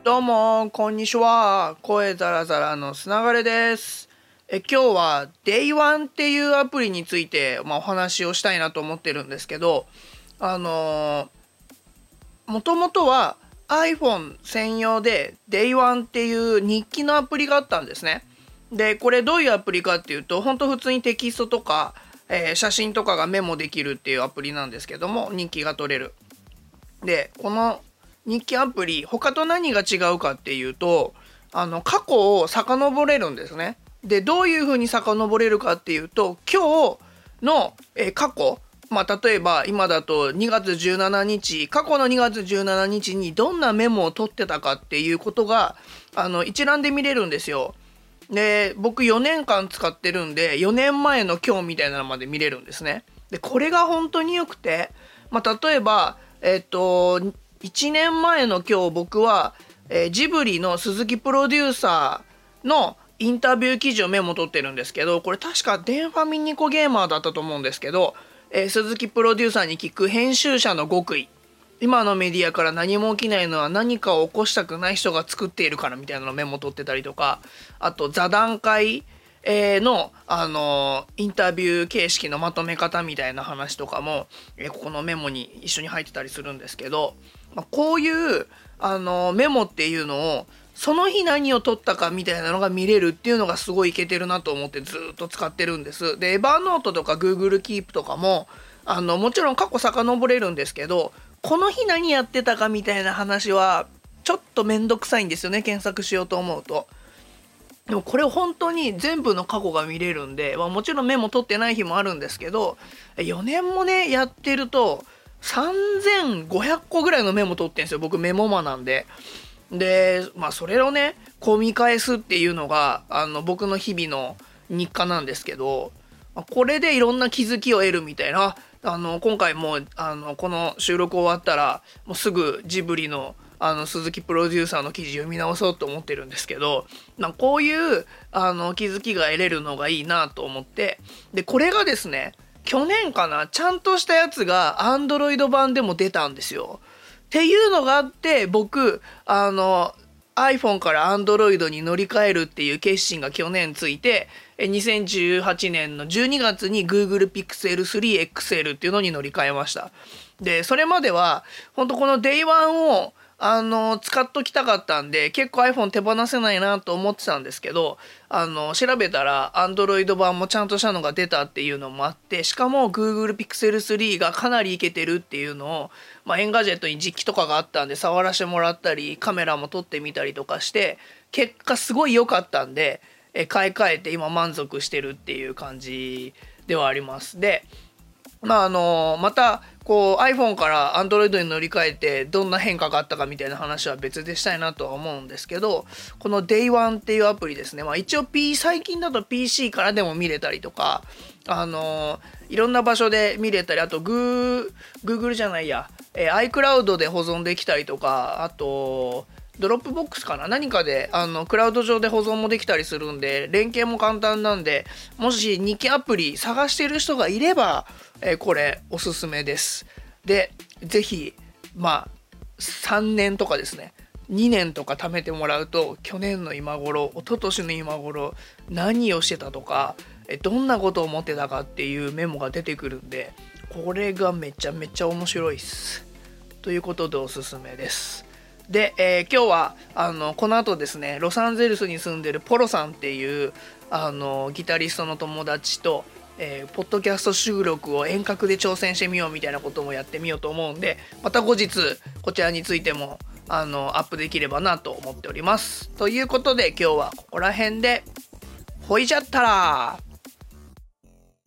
どうもこんにちは。声ザラザラのつながれです。今日は Day1 っていうアプリについて、お話をしたいなと思ってるんですけど、もともとは iPhone 専用で Day1 っていう日記のアプリがあったんですね。でこれどういうアプリかっていうと、本当普通にテキストとか、写真とかがメモできるっていうアプリなんですけども、日記が取れる。でこの日記アプリ他と何が違うかっていうと、過去を遡れるんですね。でどういうふうに遡れるかっていうと、今日の、過去、例えば今だと2月17日過去の2月17日にどんなメモを取ってたかっていうことが一覧で見れるんですよ。で僕4年間使ってるんで、4年前の今日みたいなのまで見れるんですね。でこれが本当によくて、例えば1年前の今日僕は、ジブリの鈴木プロデューサーのインタビュー記事をメモ取ってるんですけど、これ確かデンファミニコゲーマーだったと思うんですけど、鈴木プロデューサーに聞く編集者の極意、今のメディアから何も起きないのは何かを起こしたくない人が作っているからみたいなのをメモ取ってたりとか、あと座談会の、インタビュー形式のまとめ方みたいな話とかも、ここのメモに一緒に入ってたりするんですけど、こういうメモっていうのをその日何を取ったかみたいなのが見れるっていうのがすごいイケてるなと思ってずっと使ってるんです。でエバーノートとか Google Keep とかももちろん過去遡れるんですけど、この日何やってたかみたいな話はちょっとめんどくさいんですよね、検索しようと思うと。でもこれ本当に全部の過去が見れるんで、もちろんメモ取ってない日もあるんですけど、4年もねやってると3500個ぐらいのメモ取ってんですよ。僕メモマなんで。でそれをねこう見返すっていうのが僕の日々の日課なんですけど、これでいろんな気づきを得るみたいな、今回もこの収録終わったらもうすぐジブリの鈴木プロデューサーの記事読み直そうと思ってるんですけど、こういう気づきが得れるのがいいなと思って、でこれがですね去年かな、ちゃんとしたやつが Android 版でも出たんですよ。っていうのがあって、僕iPhone から Android に乗り換えるっていう決心が去年ついて、2018年の12月に Google Pixel 3 XL っていうのに乗り換えました。でそれまでは本当この Day1 を使っときたかったんで、結構 iPhone 手放せないなと思ってたんですけど、調べたら Android 版もちゃんとしたのが出たっていうのもあって、しかも Google Pixel 3がかなりイケてるっていうのを、エンガジェットに実機とかがあったんで触らせてもらったり、カメラも撮ってみたりとかして結果すごい良かったんで、買い替えて今満足してるっていう感じではあります。でまたこう iPhone から Android に乗り換えてどんな変化があったかみたいな話は別でしたいなとは思うんですけど、この Day1 っていうアプリですね、一応最近だと PC からでも見れたりとか、いろんな場所で見れたり、あとGoogle じゃないや、iCloud で保存できたりとか、あとドロップボックスかな、何かでクラウド上で保存もできたりするんで、連携も簡単なんで、もし日記アプリ探してる人がいれば、これおすすめです。でぜひ3年とかですね、2年とか貯めてもらうと、去年の今頃、一昨年の今頃何をしてたとか、どんなことを思ってたかっていうメモが出てくるんで、これがめちゃめちゃ面白いっす。ということでおすすめです。で、今日はこの後ですね、ロサンゼルスに住んでるポロさんっていうギタリストの友達と、ポッドキャスト収録を遠隔で挑戦してみようみたいなこともやってみようと思うんで、また後日こちらについてもアップできればなと思っております。ということで今日はここら辺でほいじゃったら。